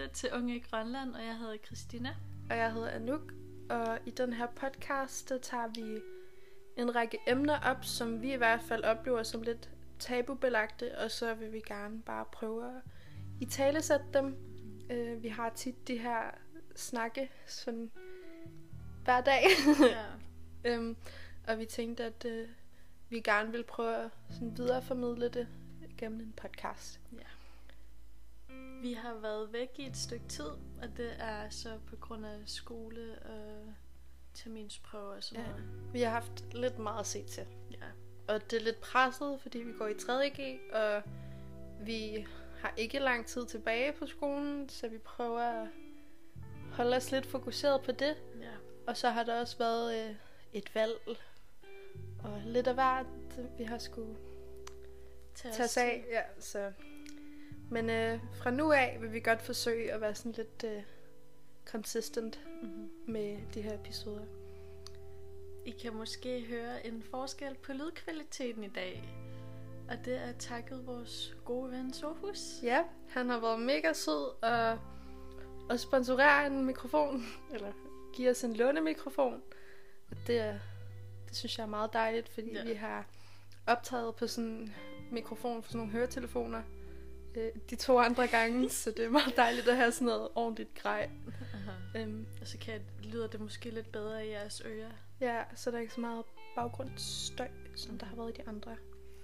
lytter til Unge i Grønland, og jeg hedder Christina. Og jeg hedder Anouk, og i den her podcast, der tager vi en række emner op, som vi i hvert fald oplever som lidt tabubelagte, og så vil vi gerne bare prøve at italesætte dem. Vi har tit de her snakke sådan hver dag, Ja. og vi tænkte, at vi gerne vil prøve at sådan videreformidle det gennem en podcast. Ja. Vi har været væk i et stykke tid, og det er så på grund af skole og terminsprøver og sådan noget. Vi har haft lidt meget at se til. Ja. Og det er lidt presset, fordi vi går i 3.G, og vi har ikke lang tid tilbage på skolen, så vi prøver at holde os lidt fokuseret på det. Ja. Og så har der også været et valg, og lidt af hvert, vi har skulle tage os af. Ja, så. Men fra nu af vil vi godt forsøge at være sådan lidt consistent med de her episoder. I kan måske høre en forskel på lydkvaliteten i dag, og det er takket vores gode ven Sofus. Ja, han har været mega sød og sponsorere en mikrofon, eller give os en lånemikrofon. Og det synes jeg er meget dejligt, fordi vi har optaget på sådan en mikrofon for sådan nogle høretelefoner de 2 andre gange, så det er meget dejligt at have sådan noget ordentligt grej. Og så lyder det måske lidt bedre i jeres ører. Ja, så der er ikke så meget baggrundsstøj, som der har været i de andre.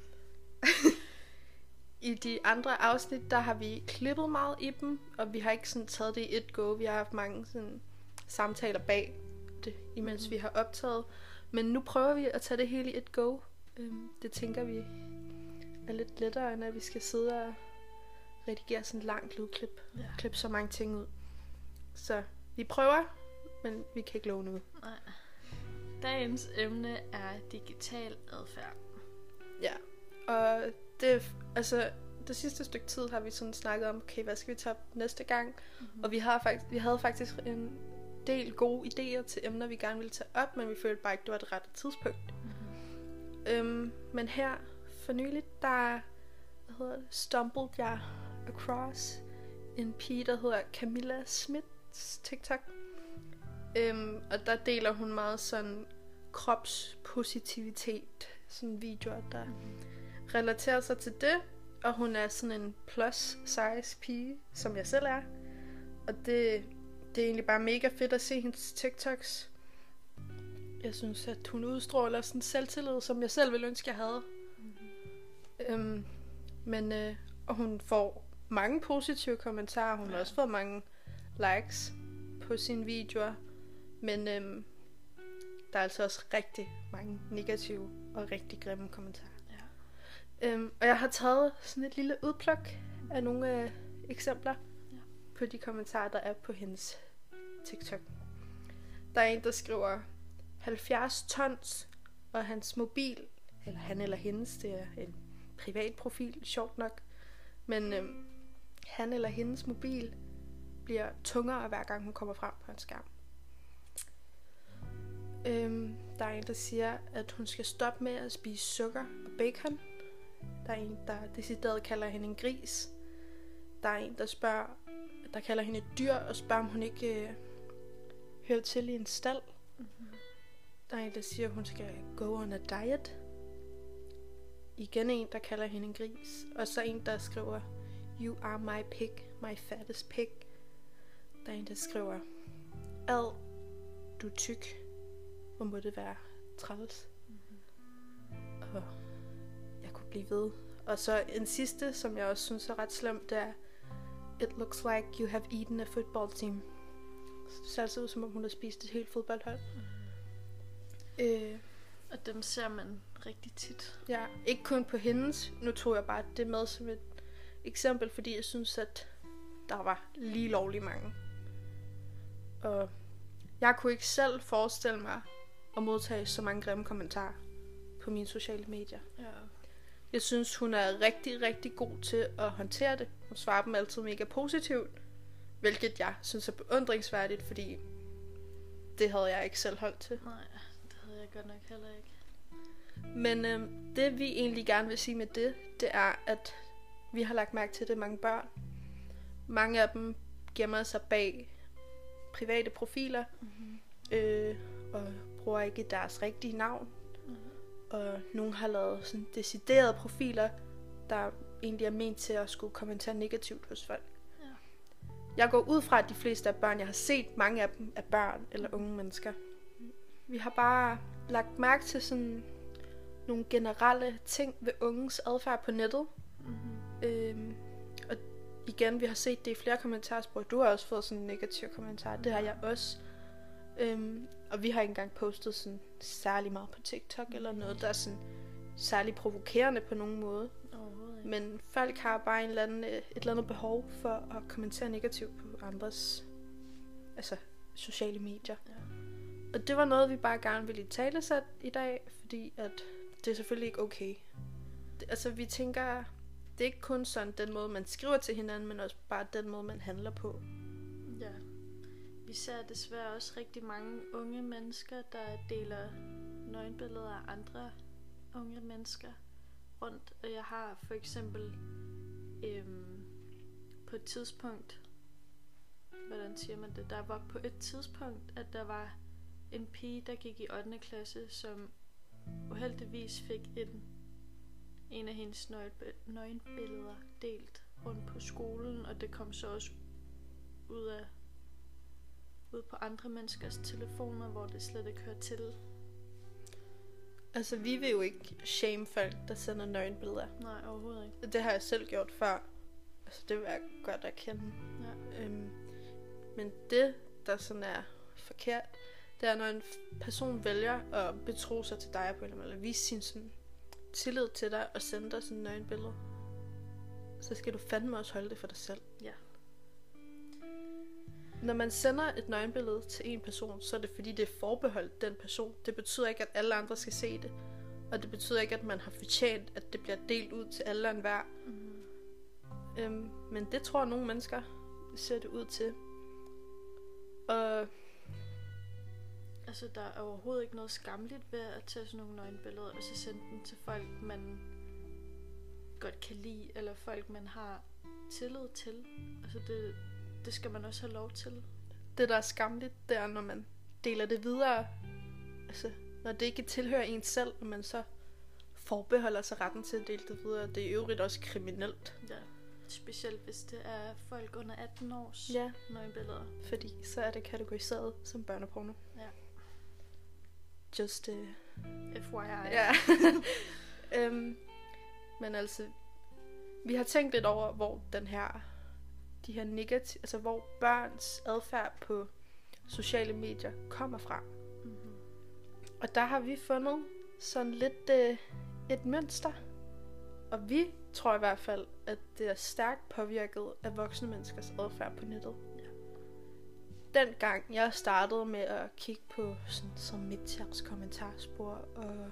I de andre afsnit, der har vi klippet meget i dem, og vi har ikke sådan taget det i et go. Vi har haft mange sådan samtaler bag det, imens vi har optaget. Men nu prøver vi at tage det hele i et go. Det tænker vi er lidt lettere, end at vi skal sidde og redigere sådan et langt lydklip. Ja. Klippe så mange ting ud. Så vi prøver, men vi kan ikke love noget. Nej. Dagens emne er digital adfærd. Ja, og det sidste stykke tid har vi sådan snakket om, okay, hvad skal vi tage op næste gang? Og vi havde faktisk en del gode idéer til emner, vi gerne ville tage op, men vi følte bare ikke, det var det rette tidspunkt. Men her for nyligt, der stumbled jeg across en pige, der hedder Camilla Smiths TikTok. Og der deler hun meget sådan kropspositivitet, sådan videoer, der relaterer sig til det. Og hun er sådan en plus size pige, som jeg selv er. Og det er egentlig bare mega fedt at se hendes TikToks. Jeg synes, at hun udstråler sådan selvtillid, som jeg selv ville ønske, jeg havde. Og hun får mange positive kommentarer. Hun har også fået mange likes på sine videoer. Men der er altså også rigtig mange negative og rigtig grimme kommentarer. Ja. Og jeg har taget sådan et lille udpluk af nogle eksempler på de kommentarer, der er på hendes TikTok. Der er en, der skriver 70 tons, og hans mobil, eller han eller hendes, det er en privat profil, sjovt nok, men han eller hendes mobil bliver tungere hver gang hun kommer frem på en skærm. Der er en, der siger, at hun skal stoppe med at spise sukker og bacon. Der er en, der decideret kalder hende en gris. Der er en, der kalder hende et dyr og spørger, om hun ikke hører til i en stald. Der er en, der siger, at hun skal go on a diet. Igen en, der kalder hende en gris. Og så en, der skriver, you are my pig, my fattest pig. Der er en, der skriver, ad, du er tyk. Hvor må det være træls. Og jeg kunne blive ved. Og så en sidste, som jeg også synes er ret slemt, det er, it looks like you have eaten a football team. Så det ser altså ud, som om hun har spist et helt fodboldhold. Og dem ser man rigtig tit. Ja, ikke kun på hendes. Nu tog jeg bare det med som et eksempel, fordi jeg synes, at der var lige lovlig mange. Og jeg kunne ikke selv forestille mig at modtage så mange grimme kommentarer på mine sociale medier. Ja. Jeg synes, hun er rigtig, rigtig god til at håndtere det. Hun svarer dem altid mega positivt, hvilket jeg synes er beundringsværdigt, fordi det havde jeg ikke selv holdt til. Nej, det havde jeg godt nok heller ikke. Men det vi egentlig gerne vil sige med det er, at vi har lagt mærke til det mange børn. Mange af dem gemmer sig bag private profiler, og bruger ikke deres rigtige navn. Og nogen har lavet sådan deciderede profiler, der egentlig er ment til at skulle kommentere negativt hos folk. Ja. Jeg går ud fra, at de fleste af børn, jeg har set mange af dem, er børn eller unge mennesker. Vi har bare lagt mærke til sådan nogle generelle ting ved unges adfærd på nettet. Og igen, vi har set det i flere kommentarspor. Du har også fået sådan en negativ kommentar. Det har jeg også. Og vi har ikke engang postet sådan særlig meget på TikTok eller noget, der er sådan særlig provokerende på nogen måde. Men folk har bare et eller andet behov for at kommentere negativt på andres sociale medier. Ja. Og det var noget, vi bare gerne ville italesætte i dag, fordi at det er selvfølgelig ikke okay. Vi tænker, det er ikke kun sådan den måde, man skriver til hinanden, men også bare den måde, man handler på. Ja. Vi ser desværre også rigtig mange unge mennesker, der deler nøgenbilleder af andre unge mennesker rundt. Og jeg har for eksempel på et tidspunkt, hvordan siger man det, der var på et tidspunkt, at der var en pige, der gik i 8. klasse, som uheldigvis fik en af hendes nøgenbilleder delt rundt på skolen, og det kom så også ud på andre menneskers telefoner, hvor det slet ikke hører til. Altså, vi vil jo ikke shame folk, der sender nøgenbilleder. Nej, overhovedet ikke. Det har jeg selv gjort før. Altså, det vil jeg godt erkende. Ja. Men det, der sådan er forkert, det er, når en person vælger at betro sig til dig på eller vise sin sådan tillid til dig og sende dig sådan en nøgenbillede, så skal du fandme også holde det for dig selv. Ja. Når man sender et nøgenbillede til en person, så er det fordi, det er forbeholdt den person. Det betyder ikke, at alle andre skal se det. Og det betyder ikke, at man har fortjent, at det bliver delt ud til alle og enhver. Men det tror nogle mennesker, ser det ud til. Og altså, der er overhovedet ikke noget skamligt ved at tage sådan nogle nøgenbilleder, og så sende dem til folk, man godt kan lide, eller folk, man har tillid til. Altså, det skal man også have lov til. Det, der er skamligt, det er, når man deler det videre. Altså, når det ikke tilhører en selv, og man så forbeholder sig retten til at dele det videre. Det er i øvrigt også kriminelt. Ja, specielt hvis det er folk under 18 års nøgenbilleder. Fordi så er det kategoriseret som børneporno. Ja. Just FYI. Ja. Men altså, vi har tænkt lidt over, hvor de her negative, altså hvor børns adfærd på sociale medier kommer fra. Og der har vi fundet sådan lidt et mønster. Og vi tror i hvert fald, at det er stærkt påvirket af voksne menneskers adfærd på nettet. Ja. Dengang jeg startede med at kigge på sådan Midtjers kommentarspor og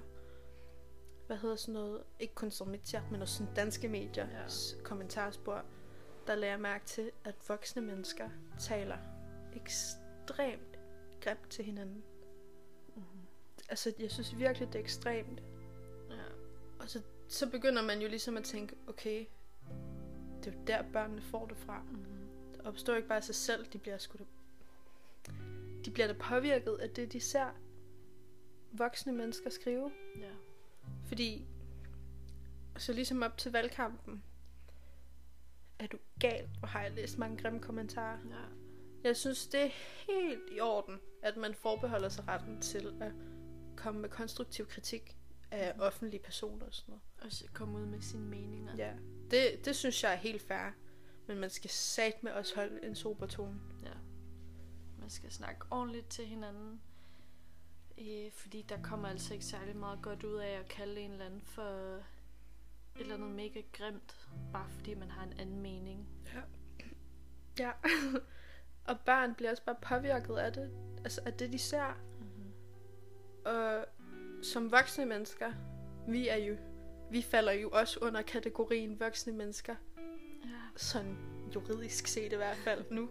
ikke kun som Midtjers, men også sådan danske mediers kommentarspor, der lagde jeg mærke til, at voksne mennesker taler ekstremt grimt til hinanden. Altså, jeg synes virkelig, det er ekstremt. Ja. Og så begynder man jo ligesom at tænke, okay, det er jo der børnene får det fra. Det opstår ikke bare af sig selv, de bliver da påvirket af det, de ser voksne mennesker skrive. Ja. Fordi, så ligesom op til valgkampen, er du gal, hvor har jeg læst mange grimme kommentarer. Ja. Jeg synes, det er helt i orden, at man forbeholder sig retten til at komme med konstruktiv kritik af offentlige personer og sådan noget. Og komme ud med sine meninger. Ja, det synes jeg er helt fair. Men man skal satme også holde en sober tone. Ja. Man skal snakke ordentligt til hinanden. Fordi der kommer altså ikke særlig meget godt ud af at kalde en eller anden for et eller andet mega grimt, bare fordi man har en anden mening. Ja. Og børn bliver også bare påvirket af det. Altså af det, de ser. Og som voksne mennesker, vi falder jo også under kategorien voksne mennesker. Ja. Sådan juridisk set i hvert fald nu.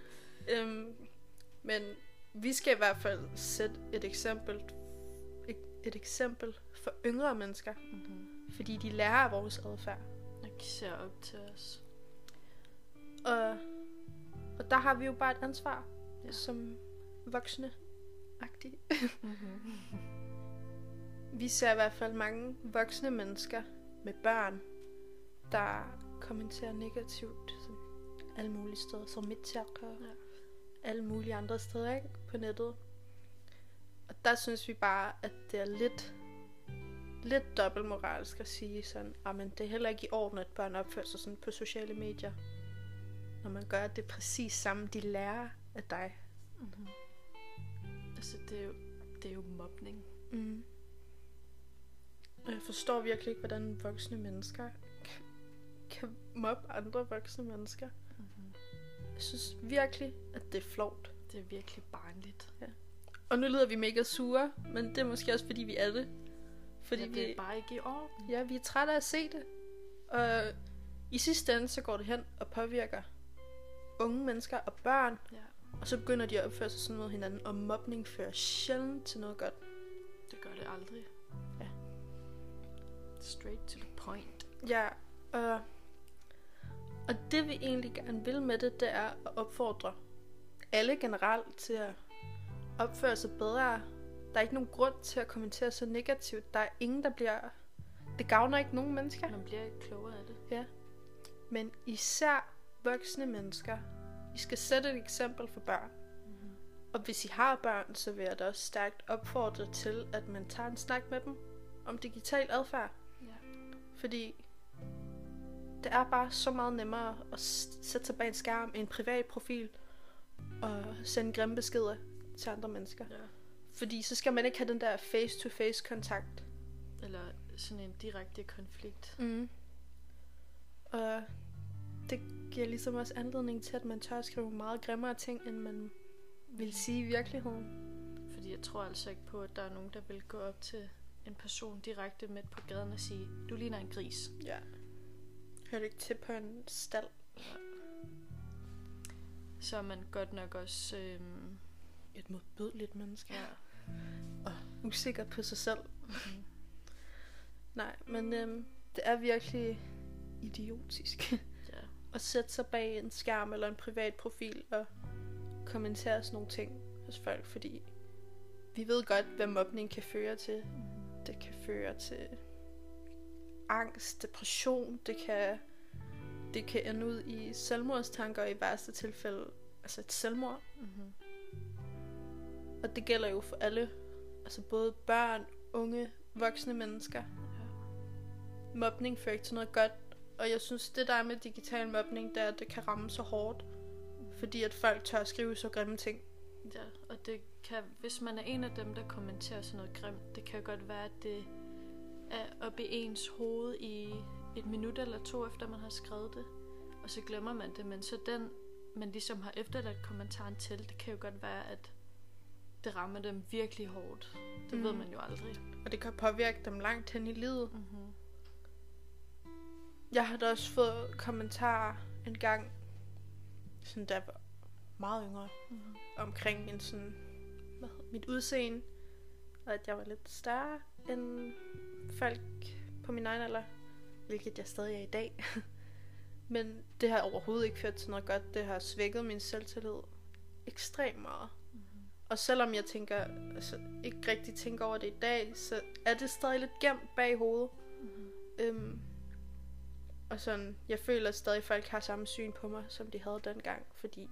Men vi skal i hvert fald sætte et eksempel for yngre mennesker. Fordi de lærer af vores adfærd. Og de ser op til os. Og Og der har vi jo bare et ansvar, Ja. som voksne-agtige. Mm-hmm. Vi ser i hvert fald mange voksne mennesker med børn, der kommenterer negativt som alle mulige steder, som MidTalk og Ja. alle mulige andre steder, ikke? På nettet. Og der synes vi bare, at det er lidt dobbeltmoralsk at sige sådan, men det er heller ikke i orden, at børn opfører sig sådan på sociale medier, når man gør det præcis samme, de lærer af dig. Mm-hmm. Altså, det er jo mobning. Mm. Og jeg forstår virkelig ikke, hvordan voksne mennesker kan mobbe andre voksne mennesker. Mm-hmm. Jeg synes virkelig, at det er flovt. Det er virkelig barnligt. Og nu lyder vi mega sure, men det er måske også, fordi vi er det. Fordi Ja, det er bare ikke i orden. Ja, vi er trætte af at se det. Og i sidste ende, så går det hen og påvirker unge mennesker og børn. Ja, Og så begynder de at opføre sig sådan mod hinanden. Og mobning fører sjældent til noget godt. det gør det aldrig. Ja. Straight to the point. Ja, og det vi egentlig gerne vil med det, det er at opfordre alle generelt til at opføre sig bedre. Der er ikke nogen grund til at kommentere så negativt. Der er ingen, der bliver... Det gavner ikke nogen mennesker. Man bliver ikke klogere af det. Men især voksne mennesker. I skal sætte et eksempel for børn. Mm-hmm. Og hvis I har børn, så vil jeg da også stærkt opfordre til, at man tager en snak med dem om digital adfærd. Ja. Fordi det er bare så meget nemmere at sætte sig bag en skærm, en privat profil, og sende grimme beskeder til andre mennesker. Ja. Fordi så skal man ikke have den der face-to-face kontakt. Eller sådan en direkte konflikt. Mm. Og det giver ligesom også anledning til, at man tør at skrive meget grimmere ting, end man vil sige i virkeligheden. Fordi jeg tror altså ikke på, at der er nogen, der vil gå op til en person direkte midt på gaden og sige, du ligner en gris. Ja. Hører du ikke til på en stald? Så er man godt nok også... Et modbydeligt menneske. ja. Og usikker på sig selv. Mm-hmm. Nej, men det er virkelig idiotisk Ja. at sætte sig bag en skærm eller en privat profil og kommentere sådan nogle ting hos folk, fordi vi ved godt, hvad mobning kan føre til. Mm-hmm. Det kan føre til angst, depression, det kan ende ud i selvmordstanker og i værste tilfælde, altså et selvmord. Mm-hmm. Og det gælder jo for alle, altså både børn, unge, voksne mennesker. Ja. Mobning fører ikke til noget godt, og jeg synes, det der er med digital mobning, det er, at det kan ramme så hårdt, fordi at folk tør at skrive så grimme ting. Ja, og det kan, hvis man er en af dem, der kommenterer sådan noget grimt, det kan godt være, at det er oppe i ens hoved i 1 minut eller 2, efter man har skrevet det, og så glemmer man det, men så den, man ligesom har efterladt kommentaren til, det kan jo godt være, at det rammer dem virkelig hårdt. Det ved man jo aldrig. Og det kan påvirke dem langt hen i livet. Mm-hmm. Jeg har da også fået kommentarer en gang, sådan da jeg var meget yngre, Mm-hmm. omkring min sådan, mit udseende, og at jeg var lidt større end folk på min egen alder, hvilket jeg stadig er i dag. Men det har overhovedet ikke ført til noget godt. Det har svækket min selvtillid ekstremt meget. Mm-hmm. Og selvom jeg ikke rigtig tænker over det i dag, så er det stadig lidt gemt bag hovedet. Mm-hmm. Og sådan, jeg føler stadig, at folk har samme syn på mig, som de havde dengang, fordi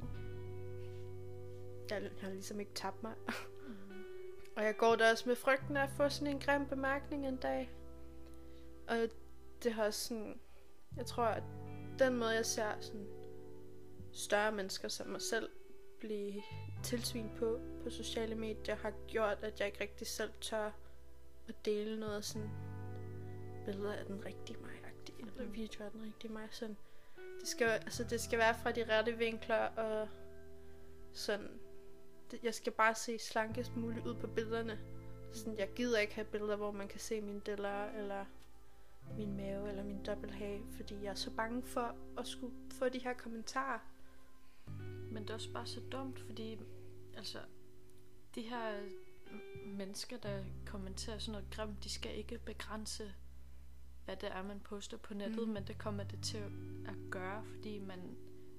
jeg har ligesom ikke tabt mig. Mm-hmm. Og jeg går da også med frygten af at få sådan en grim bemærkning en dag. Og det har også sådan, jeg tror, at den måde, jeg ser sådan større mennesker som mig selv blive tilsvin på sociale medier, har gjort, at jeg ikke rigtig selv tør at dele noget sådan billeder af den rigtige mig-agtige, eller videoer af den rigtige mig. Sådan. Det skal være fra de rette vinkler, og sådan, jeg skal bare se slankest muligt ud på billederne. Sådan, jeg gider ikke have billeder, hvor man kan se mine deller, eller min mave, eller min dobbelthage, fordi jeg er så bange for at skulle få de her kommentarer. Men det er også bare så dumt, fordi altså de her mennesker, der kommenterer sådan noget grimt, de skal ikke begrænse, hvad det er, man poster på nettet, men det kommer det til at gøre, fordi man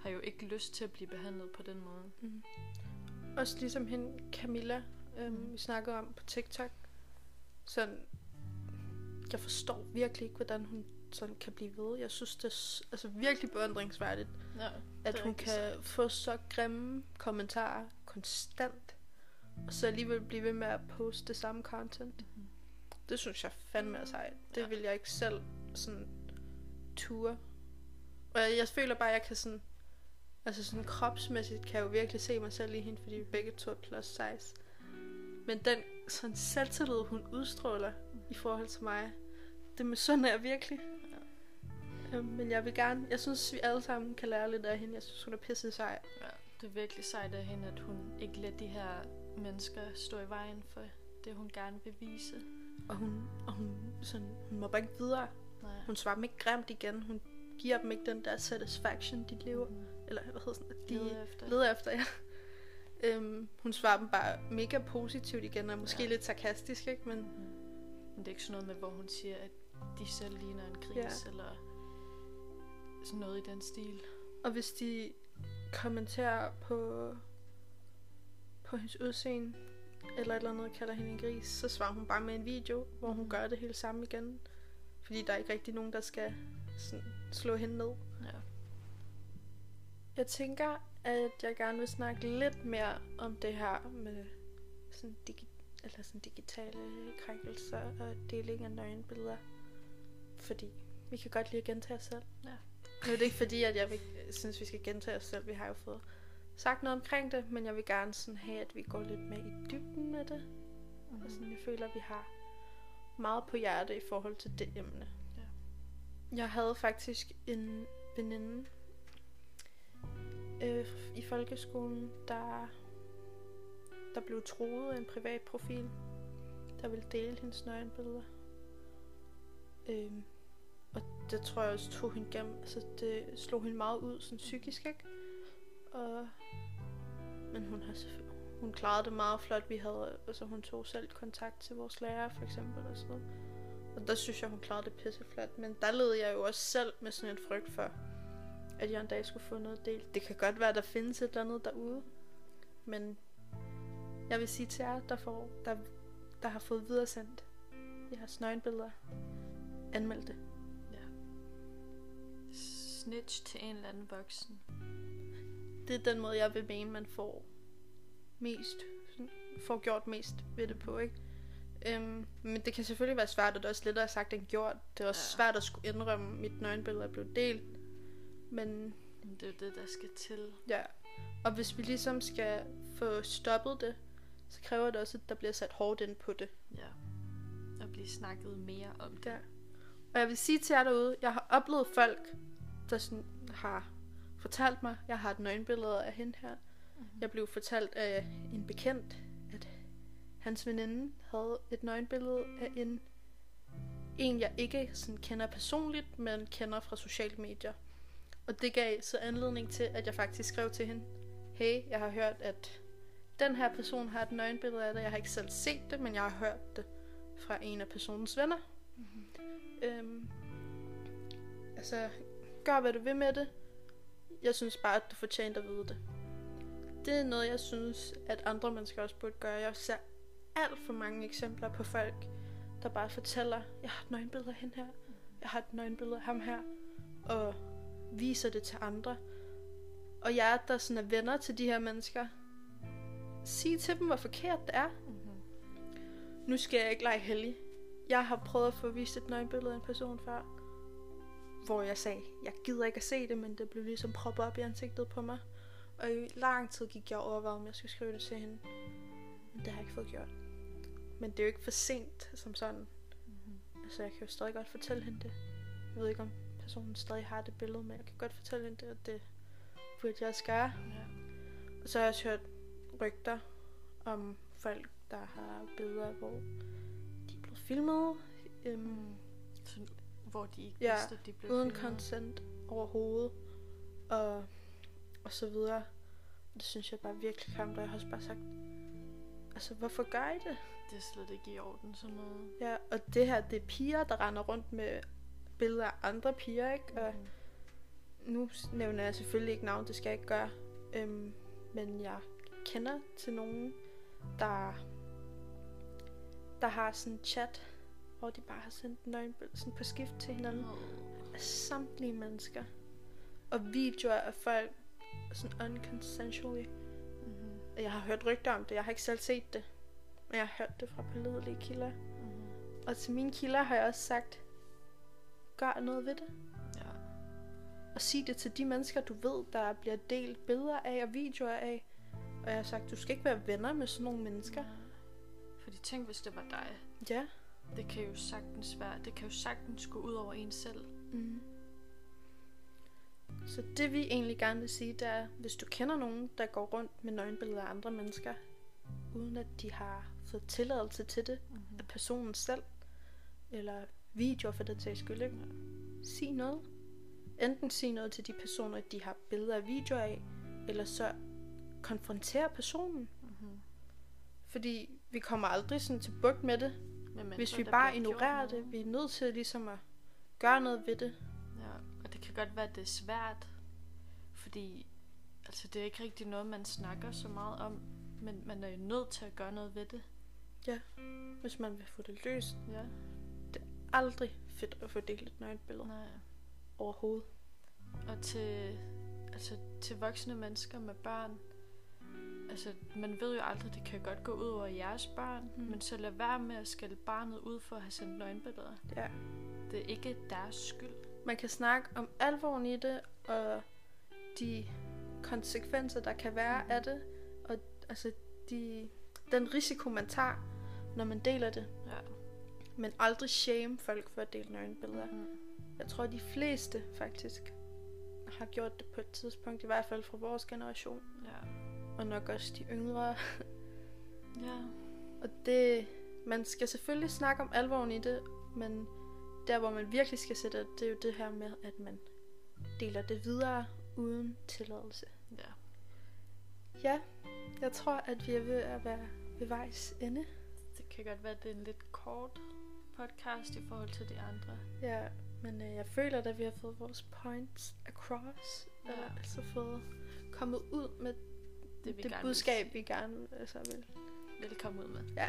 har jo ikke lyst til at blive behandlet på den måde. Mm. Også ligesom hende Camilla, vi snakkede om på TikTok. Sådan, jeg forstår virkelig ikke, hvordan hun sådan kan blive ved. Jeg synes, det er altså virkelig beundringsværdigt, at hun kan få så grimme kommentarer konstant, og så alligevel blive ved med at poste det samme content. Mm-hmm. Det synes jeg fandme er sejt. Det vil jeg ikke selv sådan ture. Og jeg føler bare, at jeg kan sådan, altså sådan kropsmæssigt kan jeg jo virkelig se mig selv i hende, fordi vi begge to er plus size. Men den sådan selvtillid, hun udstråler i forhold til mig, det med sådan er virkelig. Men jeg vil gerne, jeg synes vi alle sammen kan lære lidt af hende. Jeg synes hun er pisse sej. Ja, det er virkelig sejt af hende, at hun ikke lader de her mennesker stå i vejen for det hun gerne vil vise. Og hun må bare ikke videre. Nej. Hun svarer dem ikke grimt igen. Hun giver dem ikke den der satisfaction de lever, eller hvad hedder sådan, de leder efter, ja. Hun svarer dem bare mega positivt igen, og måske lidt sarkastisk, ikke? Men det er ikke sådan noget med, hvor hun siger, at de selv ligner en gris, eller sådan noget i den stil. Og hvis de kommenterer på hendes udseende, eller et eller andet, kalder hende en gris, så svarer hun bare med en video, hvor hun gør det hele samme igen. Fordi der er ikke rigtig nogen, der skal sådan slå hende ned. Ja. Jeg tænker, at jeg gerne vil snakke lidt mere om det her med sådan digitale krænkelser og deling af nøgenbilleder. Fordi vi kan godt lide at gentage os selv. Ja. Nu er det ikke fordi, at jeg synes, vi skal gentage os selv. Vi har jo fået sagt noget omkring det, men jeg vil gerne sådan have, at vi går lidt mere i dybden med det. Og sådan, jeg føler, at vi har meget på hjerte i forhold til det emne. Ja. Jeg havde faktisk en veninde i folkeskolen, der blev truet af en privat profil, der ville dele hendes nøgenbilleder. Og det tror jeg også tog hende gennem, altså det slog hende meget ud sådan psykisk, ikke? Men hun klarede det meget flot. Hun tog selv kontakt til vores lærer for eksempel og sådan noget. Og der synes jeg, hun klarede det pisseflot. Men der led jeg jo også selv med sådan en frygt for, at jeg en dag skulle få noget delt. Det kan godt være, at der findes et eller andet derude. Men jeg vil sige til jer, der har fået videresendt jeres nøgenbilleder, anmeld det. Ja. Snitch til en eller anden voksen. Det er den måde, jeg vil mene, man får gjort mest ved det på, ikke? Men det kan selvfølgelig være svært, og det er også lettere sagt end gjort. Det er også svært at skulle indrømme, at mit nøgenbillede er blevet delt. Men det er det, der skal til. Ja, og hvis vi ligesom skal få stoppet det, så kræver det også, at der bliver sat hårdt ind på det. Ja, og blive snakket mere om det. Ja. Og jeg vil sige til jer derude, jeg har oplevet folk, der sådan har fortalt mig, jeg har et nøgenbillede af hende her. Jeg blev fortalt af en bekendt, at hans veninde havde et nøgenbillede af en jeg ikke sådan kender personligt, men kender fra sociale medier. Og det gav så anledning til, at jeg faktisk skrev til hende, hey, jeg har hørt, at den her person har et nøgenbillede af det. Jeg har ikke selv set det, men jeg har hørt det fra en af personens venner. Altså, gør hvad du vil med det. Jeg synes bare, at du fortjener at vide det. Det er noget, jeg synes, at andre mennesker også burde gøre. Jeg ser alt for mange eksempler på folk, der bare fortæller, jeg har et nøgenbillede af hende her. Jeg har et nøgenbillede af ham her. Og viser det til andre. Og jeg der sådan er venner til de her mennesker. Sig til dem, hvor forkert det er. Nu skal jeg ikke lege heldig. Jeg har prøvet at få vist et nøgenbillede af en person før, hvor jeg sagde, jeg gider ikke at se det, men det blev ligesom proppet op i ansigtet på mig. Og i lang tid gik jeg overvejet, om jeg skulle skrive det til hende. Men det har jeg ikke fået gjort. Men det er jo ikke for sent som sådan. Altså jeg kan jo stadig godt fortælle hende det. Jeg ved ikke, om personen stadig har det billede, men jeg kan godt fortælle hende det, og det burde jeg også gøre. Ja. Og så har jeg også hørt rygter om folk, der har billeder, hvor de er blevet filmet. Hvor de ikke vidste, at de blev uden filmet. consent overhovedet. Og så videre. Og det synes jeg bare virkelig klamt, og jeg har også bare sagt, altså hvorfor gør I det? Det er slet ikke i orden sådan noget. Ja, og det her, det er piger, der render rundt med billeder af andre piger, ikke? Og nu nævner jeg selvfølgelig ikke navn, det skal jeg ikke gøre. Men jeg kender til nogen, der har sådan en chat, hvor de bare har sendt nøgenbilleder sådan på skift til hinanden. Af samtlige mennesker. Og videoer af folk sådan unconsensually. Mm-hmm. Jeg har hørt rygter om det, jeg har ikke selv set det. Men jeg har hørt det fra pålidelige kilder. Mm-hmm. Og til mine kilder har jeg også sagt, gør noget ved det. Ja. Og sig det til de mennesker, du ved, der bliver delt billeder af og videoer af. Og jeg har sagt, du skal ikke være venner med sådan nogle mennesker. Ja. Fordi tænk, hvis det var dig. Ja. Det kan jo sagtens være. Det kan jo sagtens gå ud over en selv. Mm. Så det vi egentlig gerne vil sige, det er, hvis du kender nogen, der går rundt med nøgenbilleder af andre mennesker, uden at de har fået tilladelse til det Mm-hmm. af personen selv, eller videoer for den sags skyld, ikke? Sig noget. Enten sig noget til de personer, de har billeder og videoer af, eller så konfrontere personen. Mm-hmm. Fordi vi kommer aldrig sådan til bugt med det, Men hvis vi bare ignorerer det. Vi er nødt til ligesom at gøre noget ved det. Ja, og det kan godt være, at det er svært. Fordi altså, det er ikke rigtig noget, man snakker så meget om. Men man er jo nødt til at gøre noget ved det. Hvis man vil få det løst. Ja. Aldrig fedt at få delt et nøgenbillede. Nej. Overhovedet. Og til voksne mennesker med børn. Altså, man ved jo aldrig, det kan godt gå ud over jeres børn. Men så lad være med at skælde barnet ud for at have sendt nøgenbilleder. Ja. Det er ikke deres skyld. Man kan snakke om alvoren i det, og de konsekvenser, der kan være af det. Og altså, den risiko, man tager, når man deler det. Ja. Men aldrig shame folk for at dele nøgenbilleder. Mm. Jeg tror, de fleste faktisk har gjort det på et tidspunkt, i hvert fald fra vores generation. Ja. Og nok også de yngre. Ja. Og det, man skal selvfølgelig snakke om alvoren i det, men der, hvor man virkelig skal sætte det, det er jo det her med, at man deler det videre uden tilladelse. Ja. Ja, jeg tror, at vi er ved at være ved vejs ende. Det kan godt være, at det er en lidt kort podcast i forhold til de andre. Ja, men jeg føler, at vi har fået vores points across. Ja. Og altså fået kommet ud med det budskab, vi gerne vil komme ud med. Ja.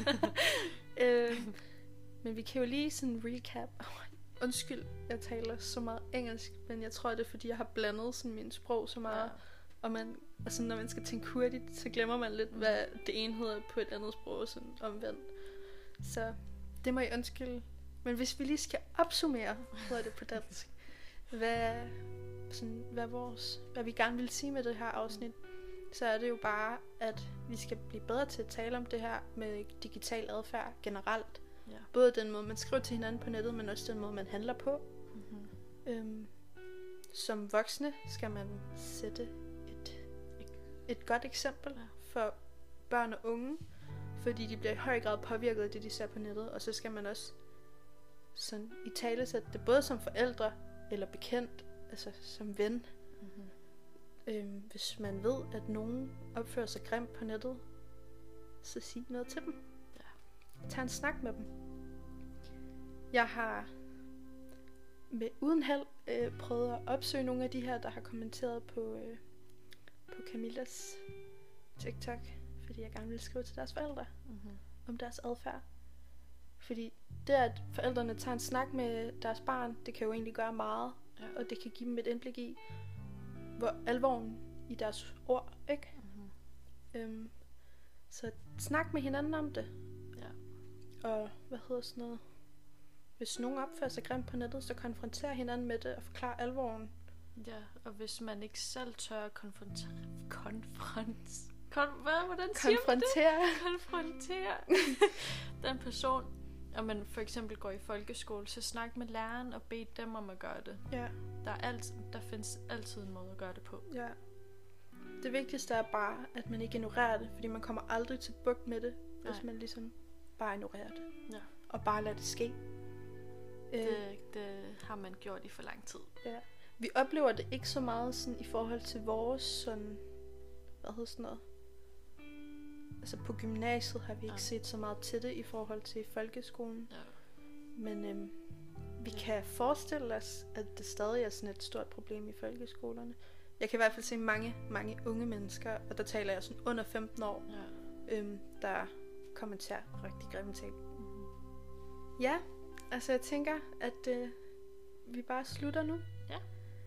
Men vi kan jo lige sådan recap. Undskyld, jeg taler så meget engelsk, men jeg tror, det er fordi, jeg har blandet sådan min sprog så meget. Ja. Og sådan, når man skal tænke hurtigt, så glemmer man lidt, hvad det ene hedder på et andet sprog, sådan omvendt. Så det må I undskylde. Men hvis vi lige skal opsummere, hedder det på dansk, hvad vi gerne vil sige med det her afsnit, så er det jo bare, at vi skal blive bedre til at tale om det her med digital adfærd generelt. Ja. Både den måde, man skriver til hinanden på nettet, men også den måde, man handler på. Mm-hmm. Som voksne skal man sætte et godt eksempel for børn og unge, fordi de bliver i høj grad påvirket af det, de ser på nettet, og så skal man også sådan italesætte det, både som forældre eller bekendt, altså som ven. Mm-hmm. Hvis man ved, at nogen opfører sig grimt på nettet, så sig noget til dem. Ja. Tag en snak med dem. Jeg har uden held prøvet at opsøge nogle af de her, der har kommenteret på Camillas TikTok, fordi jeg gerne vil skrive til deres forældre om deres adfærd. Fordi det, at forældrene tager en snak med deres barn, det kan jo egentlig gøre meget, og det kan give dem et indblik i, hvor alvoren i deres ord, ikke? Mm-hmm. Så snak med hinanden om det. Ja. Og hvis nogen opfører sig grimt på nettet, så konfronter hinanden med det og forklar alvoren. Ja, og hvis man ikke selv tør at konfrontere den person, og man for eksempel går i folkeskole, så snak med læreren og bed dem om at gøre det. Ja. Der findes altid en måde at gøre det på. Ja. Det vigtigste er bare, at man ikke ignorerer det, fordi man kommer aldrig til bugt med det, hvis man ligesom bare ignorerer det. Ja. Og bare lader det ske. Det har man gjort i for lang tid. Ja. Vi oplever det ikke så meget sådan i forhold til vores sådan, altså på gymnasiet har vi ikke set så meget til det i forhold til folkeskolen. Ja. Men Vi kan forestille os, at det stadig er sådan et stort problem i folkeskolerne. Jeg kan i hvert fald se mange, mange unge mennesker, og der taler jeg sådan under 15 år, der kommenterer rigtig grimme ting. Mm-hmm. Ja, altså jeg tænker, at vi bare slutter nu. Ja.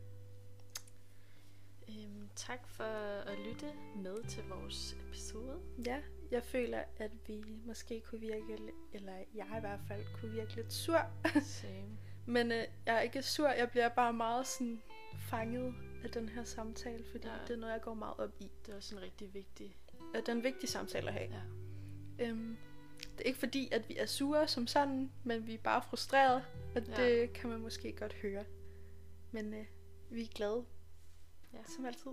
Tak for at lytte med til vores episode. Ja, jeg føler, at vi måske kunne virke, eller jeg i hvert fald kunne virke lidt sur. Same. Men jeg er ikke sur, jeg bliver bare meget sådan fanget af den her samtale, fordi det er noget, jeg går meget op i. Det er også en rigtig vigtig... Det er en vigtig samtale at have. Ja. Det er ikke fordi, at vi er sure som sådan, men vi er bare frustrerede, og det kan man måske godt høre. Men vi er glade, som altid.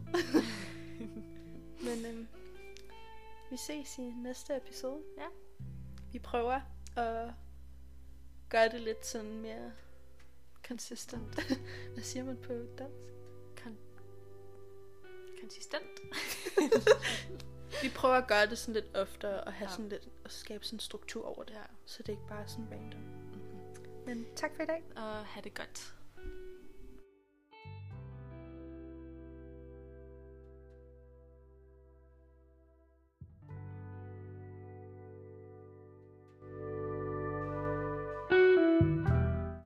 Men vi ses i næste episode. Ja. Vi prøver at gøre det lidt sådan mere consistent. Hvad siger man på dansk? Konsistent. Vi prøver at gøre det sådan lidt oftere og have sådan lidt og skabe sådan en struktur over det, så det ikke bare er sådan random. Mm-hmm. Men tak for i dag. Og have det godt.